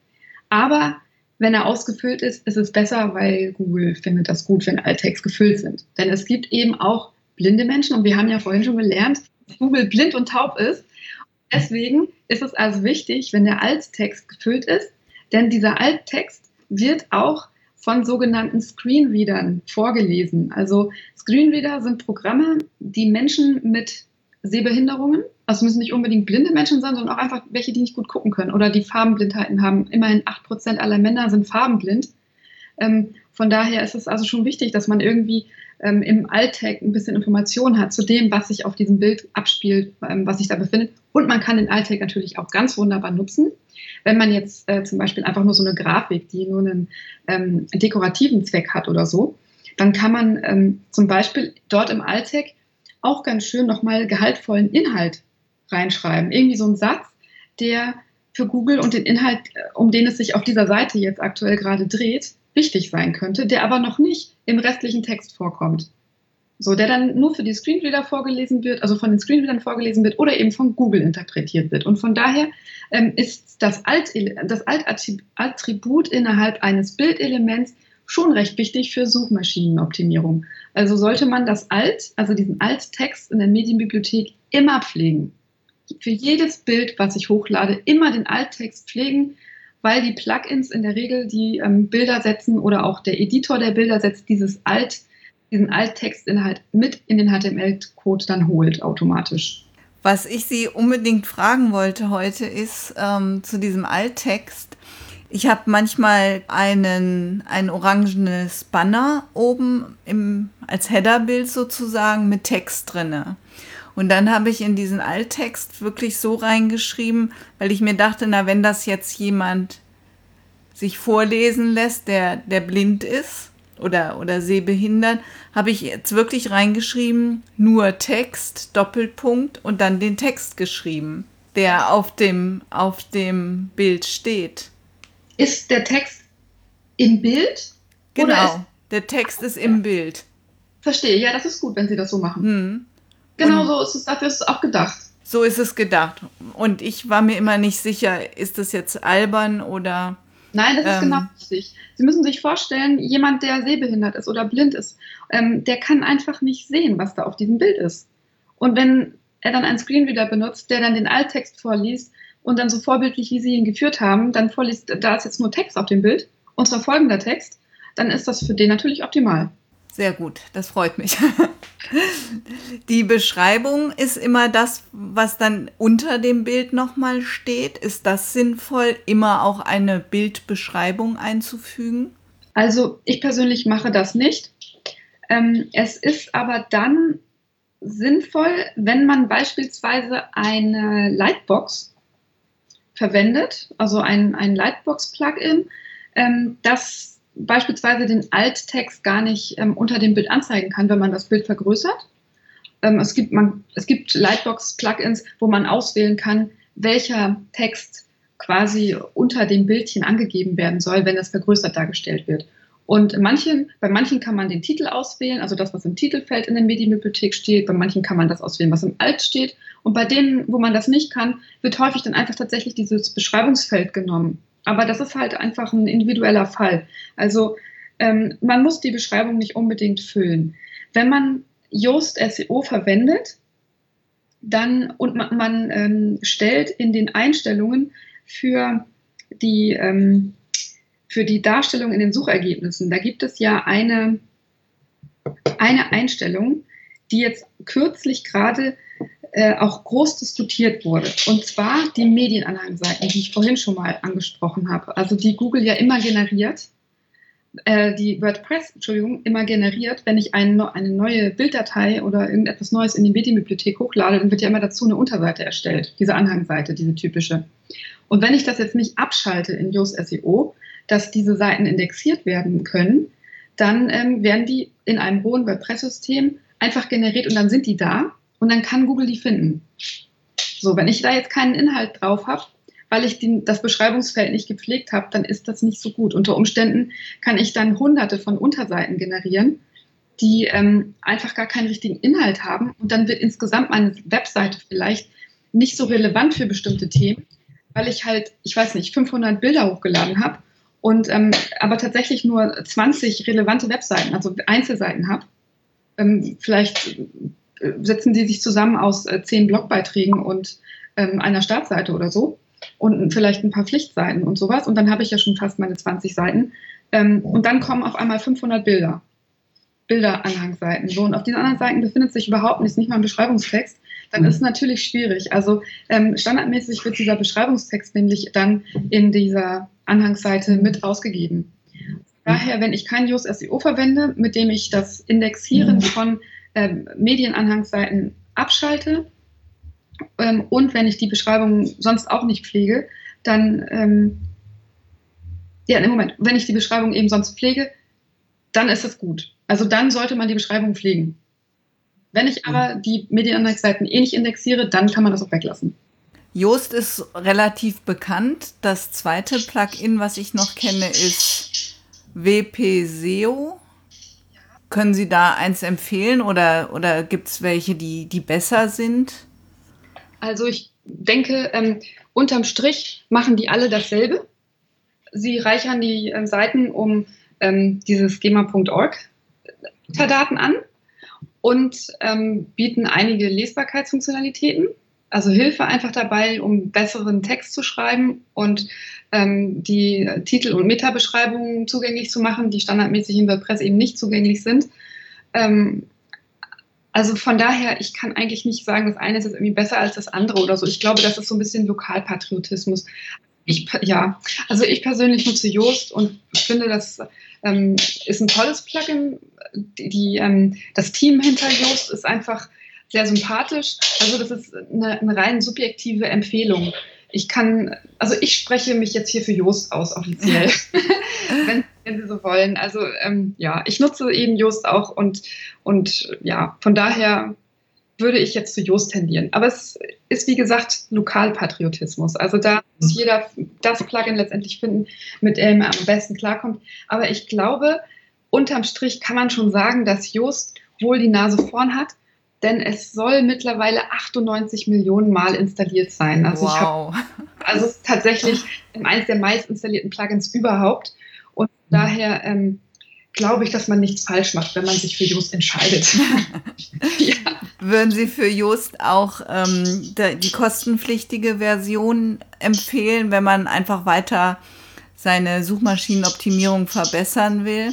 aber wenn er ausgefüllt ist, ist es besser, weil Google findet das gut, wenn Alttext gefüllt sind. Denn es gibt eben auch blinde Menschen und wir haben ja vorhin schon gelernt, dass Google blind und taub ist. Deswegen ist es also wichtig, wenn der Alttext gefüllt ist, denn dieser Alttext wird auch von sogenannten Screenreadern vorgelesen. Also Screenreader sind Programme, die Menschen mit Sehbehinderungen, also müssen nicht unbedingt blinde Menschen sein, sondern auch einfach welche, die nicht gut gucken können oder die Farbenblindheiten haben. Immerhin acht Prozent aller Männer sind farbenblind. Ähm, von daher ist es also schon wichtig, dass man irgendwie ähm, im Alltag ein bisschen Informationen hat zu dem, was sich auf diesem Bild abspielt, ähm, was sich da befindet. Und man kann den Alltag natürlich auch ganz wunderbar nutzen. Wenn man jetzt äh, zum Beispiel einfach nur so eine Grafik, die nur einen ähm, dekorativen Zweck hat oder so, dann kann man ähm, zum Beispiel dort im Alltag auch ganz schön nochmal gehaltvollen Inhalt reinschreiben. Irgendwie so ein Satz, der für Google und den Inhalt, um den es sich auf dieser Seite jetzt aktuell gerade dreht, wichtig sein könnte, der aber noch nicht im restlichen Text vorkommt. So, der dann nur für die Screenreader vorgelesen wird, also von den Screenreadern vorgelesen wird oder eben von Google interpretiert wird. Und von daher ähm, ist das, Alt, das Alt-Attribut innerhalb eines Bildelements schon recht wichtig für Suchmaschinenoptimierung. Also sollte man das Alt, also diesen Alttext in der Medienbibliothek immer pflegen. Für jedes Bild, was ich hochlade, immer den Alttext pflegen, weil die Plugins in der Regel, die ähm, Bilder setzen oder auch der Editor der Bilder setzt, dieses Alt, diesen Alttextinhalt mit in den H T M L-Code dann holt automatisch. Was ich Sie unbedingt fragen wollte heute ist ähm, zu diesem Alttext. Ich habe manchmal einen, ein orangenes Banner oben im, als Headerbild sozusagen mit Text drinne. Und dann habe ich in diesen Alttext wirklich so reingeschrieben, weil ich mir dachte, na, wenn das jetzt jemand sich vorlesen lässt, der, der blind ist oder, oder sehbehindert, habe ich jetzt wirklich reingeschrieben, nur Text, Doppelpunkt und dann den Text geschrieben, der auf dem, auf dem Bild steht. Ist der Text im Bild? Genau, oder ist, der Text ist im Bild. Verstehe, ja, das ist gut, wenn Sie das so machen. Hm. Genau, so ist es, dafür ist es auch gedacht. So ist es gedacht. Und ich war mir immer nicht sicher, ist das jetzt albern oder... Nein, das ist ähm, genau richtig. Sie müssen sich vorstellen, jemand, der sehbehindert ist oder blind ist, ähm, der kann einfach nicht sehen, was da auf diesem Bild ist. Und wenn er dann einen Screenreader benutzt, der dann den Alttext vorliest und dann so vorbildlich, wie Sie ihn geführt haben, dann vorliest, da ist jetzt nur Text auf dem Bild, und zwar folgender Text, dann ist das für den natürlich optimal. Sehr gut, das freut mich. Die Beschreibung ist immer das, was dann unter dem Bild nochmal steht. Ist das sinnvoll, immer auch eine Bildbeschreibung einzufügen? Also ich persönlich mache das nicht. Ähm, es ist aber dann sinnvoll, wenn man beispielsweise eine Lightbox verwendet, also ein, ein Lightbox-Plugin, ähm, das beispielsweise den Alttext gar nicht ähm, unter dem Bild anzeigen kann, wenn man das Bild vergrößert. Ähm, es gibt, man, es gibt Lightbox-Plugins, wo man auswählen kann, welcher Text quasi unter dem Bildchen angegeben werden soll, wenn das vergrößert dargestellt wird. Und manchen, bei manchen kann man den Titel auswählen, also das, was im Titelfeld in der Medienbibliothek steht. Bei manchen kann man das auswählen, was im Alt steht. Und bei denen, wo man das nicht kann, wird häufig dann einfach tatsächlich dieses Beschreibungsfeld genommen. Aber das ist halt einfach ein individueller Fall. Also ähm, man muss die Beschreibung nicht unbedingt füllen. Wenn man Yoast S E O verwendet, dann und man, man ähm, stellt in den Einstellungen für die, ähm, für die Darstellung in den Suchergebnissen, da gibt es ja eine, eine Einstellung, die jetzt kürzlich gerade Äh, auch groß diskutiert wurde. Und zwar die Medienanhangseiten, die ich vorhin schon mal angesprochen habe. Also die Google ja immer generiert, äh, die WordPress, Entschuldigung, immer generiert, wenn ich ein, eine neue Bilddatei oder irgendetwas Neues in die Medienbibliothek hochlade, dann wird ja immer dazu eine Unterseite erstellt, diese Anhangseite, diese typische. Und wenn ich das jetzt nicht abschalte in Yoast S E O, dass diese Seiten indexiert werden können, dann ähm, werden die in einem rohen WordPress-System einfach generiert und dann sind die da. Und dann kann Google die finden. So, wenn ich da jetzt keinen Inhalt drauf habe, weil ich den, das Beschreibungsfeld nicht gepflegt habe, dann ist das nicht so gut. Unter Umständen kann ich dann hunderte von Unterseiten generieren, die ähm, einfach gar keinen richtigen Inhalt haben. Und dann wird insgesamt meine Webseite vielleicht nicht so relevant für bestimmte Themen, weil ich halt, ich weiß nicht, fünfhundert Bilder hochgeladen habe und ähm, aber tatsächlich nur zwanzig relevante Webseiten, also Einzelseiten habe. Ähm, vielleicht äh, setzen die sich zusammen aus äh, zehn Blogbeiträgen und ähm, einer Startseite oder so und vielleicht ein paar Pflichtseiten und sowas. Und dann habe ich ja schon fast meine zwanzig Seiten. Ähm, und dann kommen auf einmal fünfhundert Bilder. Bilderanhangsseiten. So, und auf diesen anderen Seiten befindet sich überhaupt nichts, nicht mal ein Beschreibungstext. Dann ist es natürlich schwierig. Also ähm, standardmäßig wird dieser Beschreibungstext nämlich dann in dieser Anhangsseite mit ausgegeben. Daher, wenn ich kein Yoast S E O verwende, mit dem ich das Indexieren von ähm, Medienanhangsseiten abschalte ähm, und wenn ich die Beschreibung sonst auch nicht pflege, dann, ähm, ja, im Moment, wenn ich die Beschreibung eben sonst pflege, dann ist es gut. Also dann sollte man die Beschreibung pflegen. Wenn ich aber die Medienanhangsseiten eh nicht indexiere, dann kann man das auch weglassen. Yoast ist relativ bekannt. Das zweite Plugin, was ich noch kenne, ist W P S E O. Können Sie da eins empfehlen oder, oder gibt es welche, die, die besser sind? Also ich denke, ähm, unterm Strich machen die alle dasselbe. Sie reichern die äh, Seiten um ähm, diese schema punkt org Metadaten an und ähm, bieten einige Lesbarkeitsfunktionalitäten, also Hilfe einfach dabei, um besseren Text zu schreiben und ähm, die Titel- und Metabeschreibungen zugänglich zu machen, die standardmäßig in WordPress eben nicht zugänglich sind. Ähm, also von daher, ich kann eigentlich nicht sagen, das eine ist jetzt irgendwie besser als das andere oder so. Ich glaube, das ist so ein bisschen Lokalpatriotismus. Ich, ja, also ich persönlich nutze Yoast und finde, das ähm, ist ein tolles Plugin. Die, die, ähm, das Team hinter Yoast ist einfach sehr sympathisch. Also das ist eine, eine rein subjektive Empfehlung. Ich kann, also ich spreche mich jetzt hier für Yoast aus, offiziell, wenn, wenn Sie so wollen. Also ähm, ja, ich nutze eben Yoast auch und, und ja, von daher würde ich jetzt zu Yoast tendieren. Aber es ist, wie gesagt, Lokalpatriotismus. Also da muss jeder das Plugin letztendlich finden, mit dem er am besten klarkommt. Aber ich glaube, unterm Strich kann man schon sagen, dass Yoast wohl die Nase vorn hat, denn es soll mittlerweile achtundneunzig Millionen Mal installiert sein. Also wow. ich habe, also es ist tatsächlich eines der meist installierten Plugins überhaupt. Und daher ähm, glaube ich, dass man nichts falsch macht, wenn man sich für Yoast entscheidet. Ja. Würden Sie für Yoast auch ähm, die kostenpflichtige Version empfehlen, wenn man einfach weiter seine Suchmaschinenoptimierung verbessern will?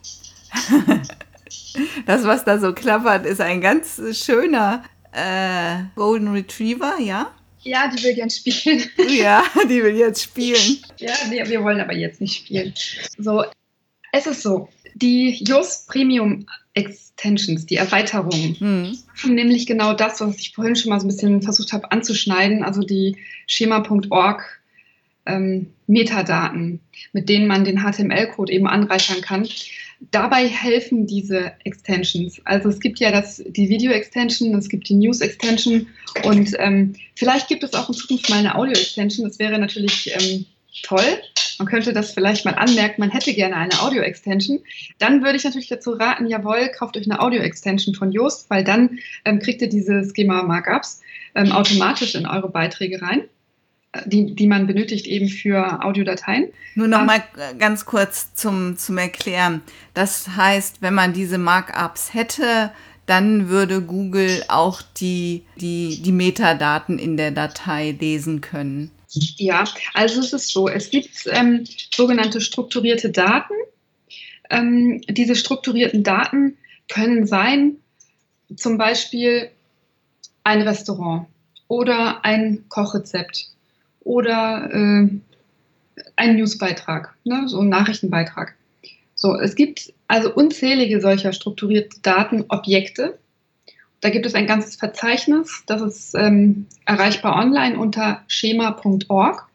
Das, was da so klappert, ist ein ganz schöner äh, Golden Retriever, ja? Ja, die will gern spielen. Ja, die will jetzt spielen. Ja, nee, wir wollen aber jetzt nicht spielen. So, es ist so, die Yoast Premium Extensions, die Erweiterungen, hm. machen nämlich genau das, was ich vorhin schon mal so ein bisschen versucht habe anzuschneiden, also die schema punkt org ähm, Metadaten, mit denen man den H T M L-Code eben anreichern kann. Dabei helfen diese Extensions. Also es gibt ja das, die Video-Extension, es gibt die News-Extension und ähm, vielleicht gibt es auch in Zukunft mal eine Audio-Extension. Das wäre natürlich ähm, toll. Man könnte das vielleicht mal anmerken, man hätte gerne eine Audio-Extension. Dann würde ich natürlich dazu raten, jawohl, kauft euch eine Audio-Extension von Yoast, weil dann ähm, kriegt ihr diese Schema-Markups ähm, automatisch in eure Beiträge rein. Die, die man benötigt eben für Audiodateien. Nur noch um, mal ganz kurz zum, zum Erklären. Das heißt, wenn man diese Markups hätte, dann würde Google auch die, die, die Metadaten in der Datei lesen können. Ja, also es ist so, es gibt ähm, sogenannte strukturierte Daten. Ähm, diese strukturierten Daten können sein, zum Beispiel ein Restaurant oder ein Kochrezept. Oder äh, ein Newsbeitrag, ne, so ein Nachrichtenbeitrag. So, es gibt also unzählige solcher strukturierten Datenobjekte. Da gibt es ein ganzes Verzeichnis, das ist ähm, erreichbar online unter schema punkt org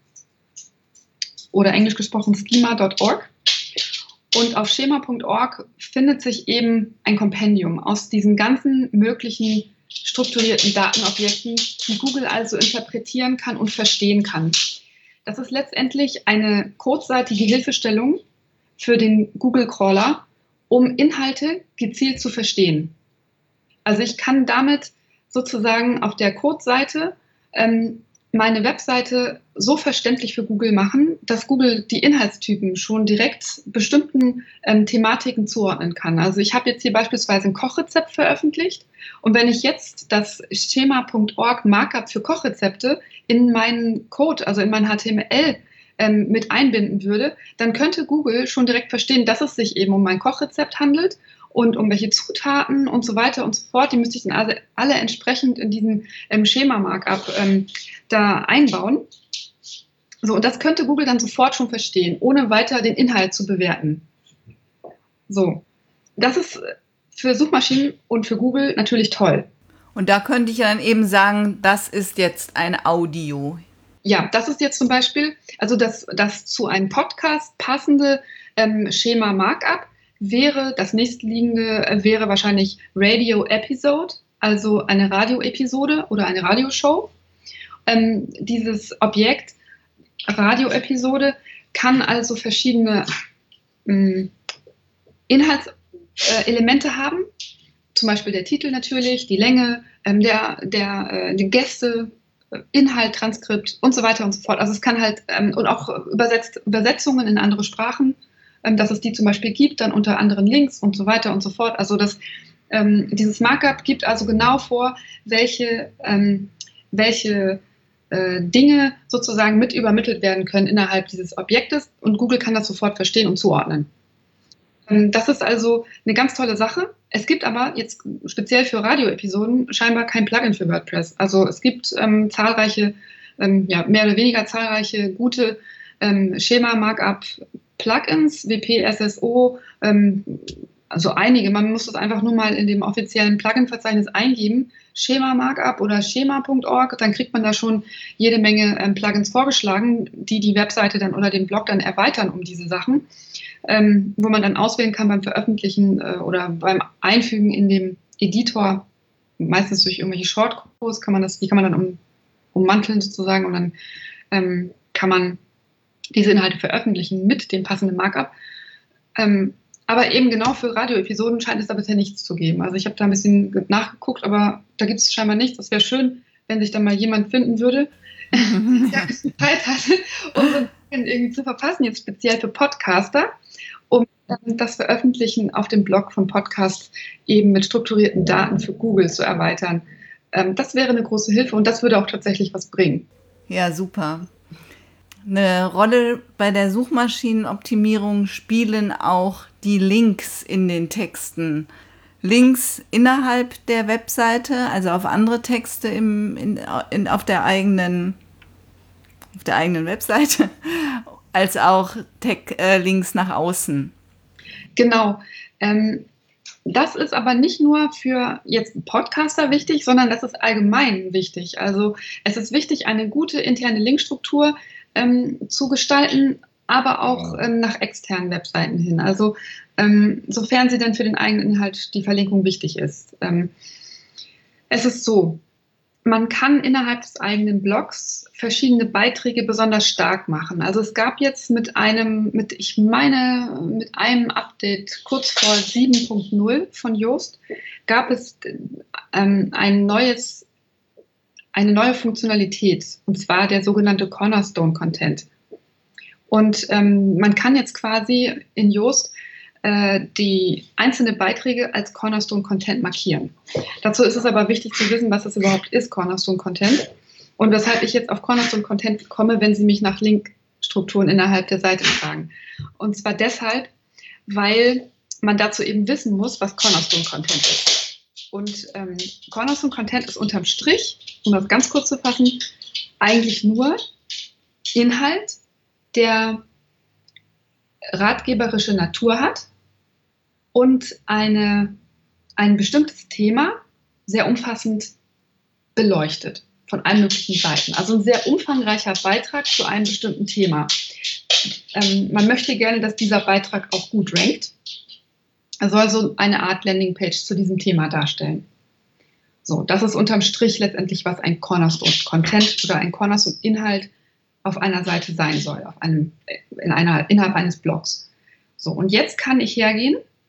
oder englisch gesprochen schema punkt org. Und auf schema punkt org findet sich eben ein Kompendium aus diesen ganzen möglichen strukturierten Datenobjekten, die Google also interpretieren kann und verstehen kann. Das ist letztendlich eine codeseitige Hilfestellung für den Google-Crawler, um Inhalte gezielt zu verstehen. Also ich kann damit sozusagen auf der Code-Seite ähm, meine Webseite so verständlich für Google machen, dass Google die Inhaltstypen schon direkt bestimmten ähm, Thematiken zuordnen kann. Also ich habe jetzt hier beispielsweise ein Kochrezept veröffentlicht und wenn ich jetzt das schema punkt org Markup für Kochrezepte in meinen Code, also in mein H T M L ähm, mit einbinden würde, dann könnte Google schon direkt verstehen, dass es sich eben um mein Kochrezept handelt und um welche Zutaten und so weiter und so fort. Die müsste ich dann also alle entsprechend in diesem ähm, Schema-Markup ähm, da einbauen. So, und das könnte Google dann sofort schon verstehen, ohne weiter den Inhalt zu bewerten. So, das ist für Suchmaschinen und für Google natürlich toll. Und da könnte ich dann eben sagen, das ist jetzt ein Audio. Ja, das ist jetzt zum Beispiel, also das, das zu einem Podcast passende ähm, Schema-Markup wäre, das nächstliegende äh, wäre wahrscheinlich Radio-Episode, also eine Radioepisode oder eine Radioshow. Ähm, dieses Objekt Radioepisode kann also verschiedene ähm, Inhaltselemente äh, haben, zum Beispiel der Titel natürlich, die Länge, ähm, der, der, äh, die Gäste, Inhalt, Transkript und so weiter und so fort. Also es kann halt, ähm, und auch übersetzt, Übersetzungen in andere Sprachen, ähm, dass es die zum Beispiel gibt, dann unter anderen Links und so weiter und so fort. Also das, ähm, dieses Markup gibt also genau vor, welche, ähm, welche äh, Dinge sozusagen mit übermittelt werden können innerhalb dieses Objektes und Google kann das sofort verstehen und zuordnen. Ähm, das ist also eine ganz tolle Sache. Es gibt aber jetzt speziell für Radioepisoden scheinbar kein Plugin für WordPress. Also es gibt ähm, zahlreiche, ähm, ja, mehr oder weniger zahlreiche gute ähm, Schema-Markup-Plugins, W P, S S O, ähm, also einige. Man muss das einfach nur mal in dem offiziellen Plugin-Verzeichnis eingeben, Schema-Markup oder schema punkt org, dann kriegt man da schon jede Menge ähm, Plugins vorgeschlagen, die die Webseite dann oder den Blog dann erweitern um diese Sachen. Ähm, wo man dann auswählen kann beim Veröffentlichen äh, oder beim Einfügen in dem Editor, meistens durch irgendwelche Shortcodes, kann man das, die kann man dann um, ummanteln sozusagen und dann ähm, kann man diese Inhalte veröffentlichen mit dem passenden Markup. Ähm, aber eben genau für Radioepisoden scheint es da bisher nichts zu geben. Also ich habe da ein bisschen nachgeguckt, aber da gibt es scheinbar nichts. Das wäre schön, wenn sich da mal jemand finden würde, der ein bisschen Zeit hatte, unsere irgendwie zu verfassen, jetzt speziell für Podcaster, um das Veröffentlichen auf dem Blog von Podcasts eben mit strukturierten Daten für Google zu erweitern. Das wäre eine große Hilfe und das würde auch tatsächlich was bringen. Ja, super. Eine Rolle bei der Suchmaschinenoptimierung spielen auch die Links in den Texten. Links innerhalb der Webseite, also auf andere Texte im, in, in, auf der eigenen auf der eigenen Webseite, als auch Tech, äh, Links nach außen. Genau. Ähm, das ist aber nicht nur für jetzt Podcaster wichtig, sondern das ist allgemein wichtig. Also es ist wichtig, eine gute interne Linkstruktur ähm, zu gestalten, aber auch ähm, nach externen Webseiten hin. Also ähm, sofern sie denn für den eigenen Inhalt die Verlinkung wichtig ist. Ähm, es ist so, man kann innerhalb des eigenen Blogs verschiedene Beiträge besonders stark machen. Also es gab jetzt mit einem, mit, ich meine, mit einem Update kurz vor sieben Punkt null von Yoast gab es ähm, ein neues, eine neue Funktionalität, und zwar der sogenannte Cornerstone Content. Und ähm, man kann jetzt quasi in Yoast die einzelnen Beiträge als Cornerstone Content markieren. Dazu ist es aber wichtig zu wissen, was es überhaupt ist, Cornerstone Content, und weshalb ich jetzt auf Cornerstone Content komme, wenn Sie mich nach Linkstrukturen innerhalb der Seite fragen. Und zwar deshalb, weil man dazu eben wissen muss, was Cornerstone Content ist. Und ähm, Cornerstone Content ist unterm Strich, um das ganz kurz zu fassen, eigentlich nur Inhalt, der ratgeberische Natur hat und eine, ein bestimmtes Thema sehr umfassend beleuchtet von allen möglichen Seiten. Also ein sehr umfangreicher Beitrag zu einem bestimmten Thema. Ähm, man möchte gerne, dass dieser Beitrag auch gut rankt. Er soll so eine Art Landingpage zu diesem Thema darstellen. So, das ist unterm Strich letztendlich, was ein Cornerstone-Content oder ein Cornerstone-Inhalt auf einer Seite sein soll, auf einem, in einer, innerhalb eines Blogs. So, und jetzt kann ich hergehen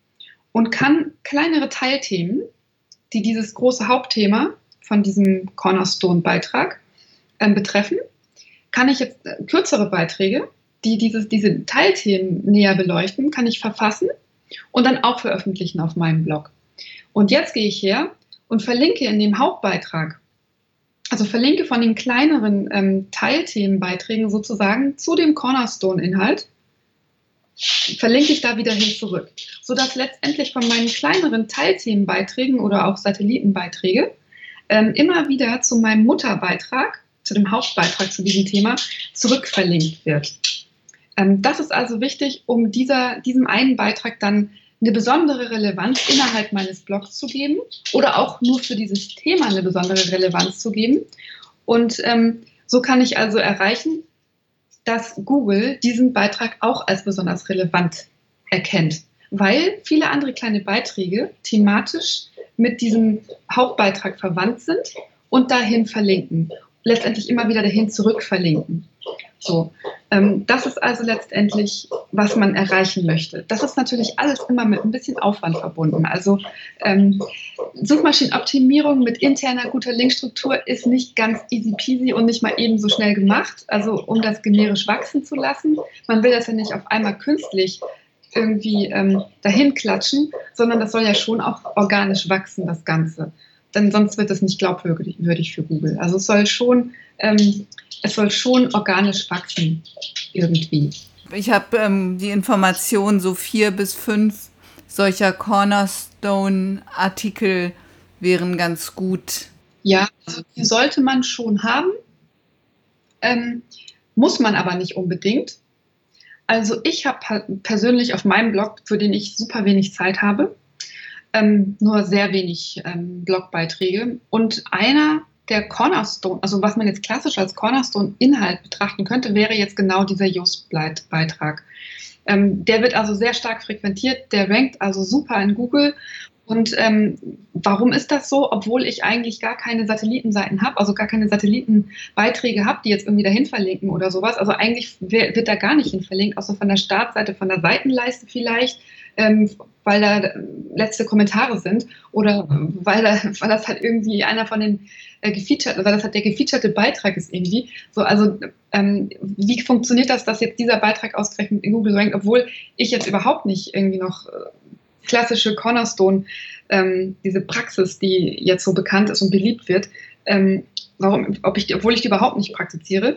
und kann kleinere Teilthemen, die dieses große Hauptthema von diesem Cornerstone-Beitrag äh, betreffen, kann ich jetzt äh, kürzere Beiträge, die dieses, diese Teilthemen näher beleuchten, kann ich verfassen und dann auch veröffentlichen auf meinem Blog. Und jetzt gehe ich her und verlinke in dem Hauptbeitrag, also verlinke von den kleineren ähm, Teilthemenbeiträgen sozusagen zu dem Cornerstone-Inhalt, verlinke ich da wieder hin zurück, sodass letztendlich von meinen kleineren Teilthemenbeiträgen oder auch Satellitenbeiträge ähm, immer wieder zu meinem Mutterbeitrag, zu dem Hauptbeitrag zu diesem Thema, zurückverlinkt wird. Ähm, das ist also wichtig, um dieser, diesem einen Beitrag dann eine besondere Relevanz innerhalb meines Blogs zu geben oder auch nur für dieses Thema eine besondere Relevanz zu geben. Und ähm, so kann ich also erreichen, dass Google diesen Beitrag auch als besonders relevant erkennt, weil viele andere kleine Beiträge thematisch mit diesem Hauptbeitrag verwandt sind und dahin verlinken, letztendlich immer wieder dahin zurück verlinken. So, ähm, das ist also letztendlich, was man erreichen möchte. Das ist natürlich alles immer mit ein bisschen Aufwand verbunden. Also ähm, Suchmaschinenoptimierung mit interner guter Linkstruktur ist nicht ganz easy peasy und nicht mal eben so schnell gemacht, also um das generisch wachsen zu lassen. Man will das ja nicht auf einmal künstlich irgendwie ähm, dahin klatschen, sondern das soll ja schon auch organisch wachsen, das Ganze. Denn sonst wird es nicht glaubwürdig für Google. Also es soll schon, ähm, es soll schon organisch wachsen irgendwie. Ich habe ähm, die Information, so vier bis fünf solcher Cornerstone-Artikel wären ganz gut. Ja, also die sollte man schon haben, ähm, muss man aber nicht unbedingt. Also ich habe persönlich auf meinem Blog, für den ich super wenig Zeit habe, ähm, nur sehr wenig ähm, Blogbeiträge. Und einer der Cornerstone, also was man jetzt klassisch als Cornerstone-Inhalt betrachten könnte, wäre jetzt genau dieser Yoast-Beitrag. Ähm, der wird also sehr stark frequentiert, der rankt also super in Google. Und ähm, warum ist das so? Obwohl ich eigentlich gar keine Satellitenseiten habe, also gar keine Satellitenbeiträge habe, die jetzt irgendwie dahin verlinken oder sowas. Also eigentlich wird da gar nicht hin verlinkt, außer von der Startseite, von der Seitenleiste vielleicht, ähm, weil da letzte Kommentare sind oder weil, da, weil das halt irgendwie einer von den äh, gefeatured, weil das halt der gefeatured Beitrag ist irgendwie. So, also ähm, wie funktioniert das, dass jetzt dieser Beitrag ausgerechnet in Google rankt, obwohl ich jetzt überhaupt nicht irgendwie noch äh, klassische Cornerstone, ähm, diese Praxis, die jetzt so bekannt ist und beliebt wird, ähm, warum, ob ich, obwohl ich die überhaupt nicht praktiziere.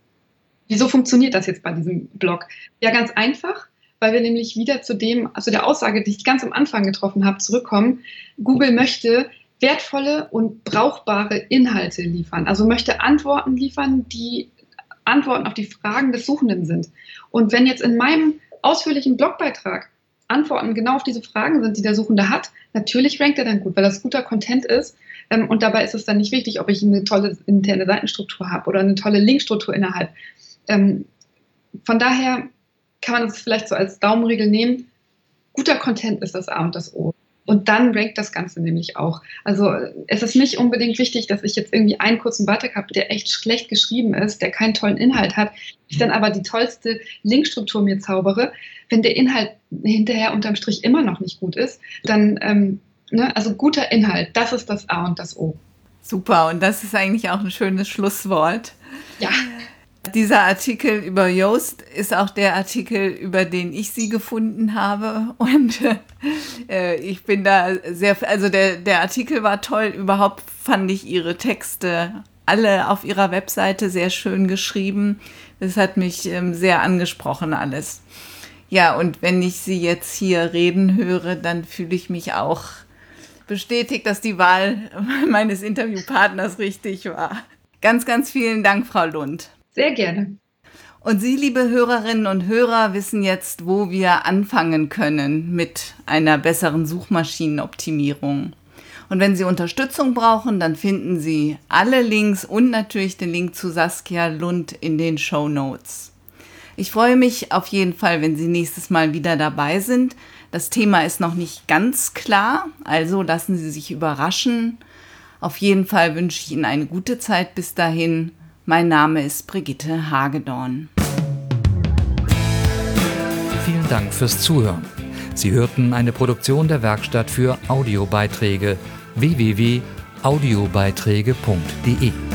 Wieso funktioniert das jetzt bei diesem Blog? Ja, ganz einfach, weil wir nämlich wieder zu dem, also der Aussage, die ich ganz am Anfang getroffen habe, zurückkommen. Google möchte wertvolle und brauchbare Inhalte liefern, also möchte Antworten liefern, die Antworten auf die Fragen des Suchenden sind. Und wenn jetzt in meinem ausführlichen Blogbeitrag Antworten genau auf diese Fragen sind, die der Suchende hat, natürlich rankt er dann gut, weil das guter Content ist. Ähm, und dabei ist es dann nicht wichtig, ob ich eine tolle interne Seitenstruktur habe oder eine tolle Linkstruktur innerhalb. Ähm, von daher kann man das vielleicht so als Daumenregel nehmen. Guter Content ist das A und das O. Und dann rankt das Ganze nämlich auch. Also es ist nicht unbedingt wichtig, dass ich jetzt irgendwie einen kurzen Beitrag habe, der echt schlecht geschrieben ist, der keinen tollen Inhalt hat, ich dann aber die tollste Linkstruktur mir zaubere. Wenn der Inhalt hinterher unterm Strich immer noch nicht gut ist, dann, ähm, ne, also guter Inhalt, das ist das A und das O. Super, und das ist eigentlich auch ein schönes Schlusswort. Ja. Dieser Artikel über Yoast ist auch der Artikel, über den ich sie gefunden habe. Und äh, ich bin da sehr, also der, der Artikel war toll. Überhaupt fand ich ihre Texte alle auf ihrer Webseite sehr schön geschrieben. Das hat mich ähm, sehr angesprochen alles. Ja, und wenn ich sie jetzt hier reden höre, dann fühle ich mich auch bestätigt, dass die Wahl meines Interviewpartners richtig war. Ganz, ganz vielen Dank, Frau Lund. Sehr gerne. Und Sie, liebe Hörerinnen und Hörer, wissen jetzt, wo wir anfangen können mit einer besseren Suchmaschinenoptimierung. Und wenn Sie Unterstützung brauchen, dann finden Sie alle Links und natürlich den Link zu Saskia Lund in den Shownotes. Ich freue mich auf jeden Fall, wenn Sie nächstes Mal wieder dabei sind. Das Thema ist noch nicht ganz klar, also lassen Sie sich überraschen. Auf jeden Fall wünsche ich Ihnen eine gute Zeit bis dahin. Mein Name ist Brigitte Hagedorn. Vielen Dank fürs Zuhören. Sie hörten eine Produktion der Werkstatt für Audiobeiträge w w w punkt audiobeiträge punkt de.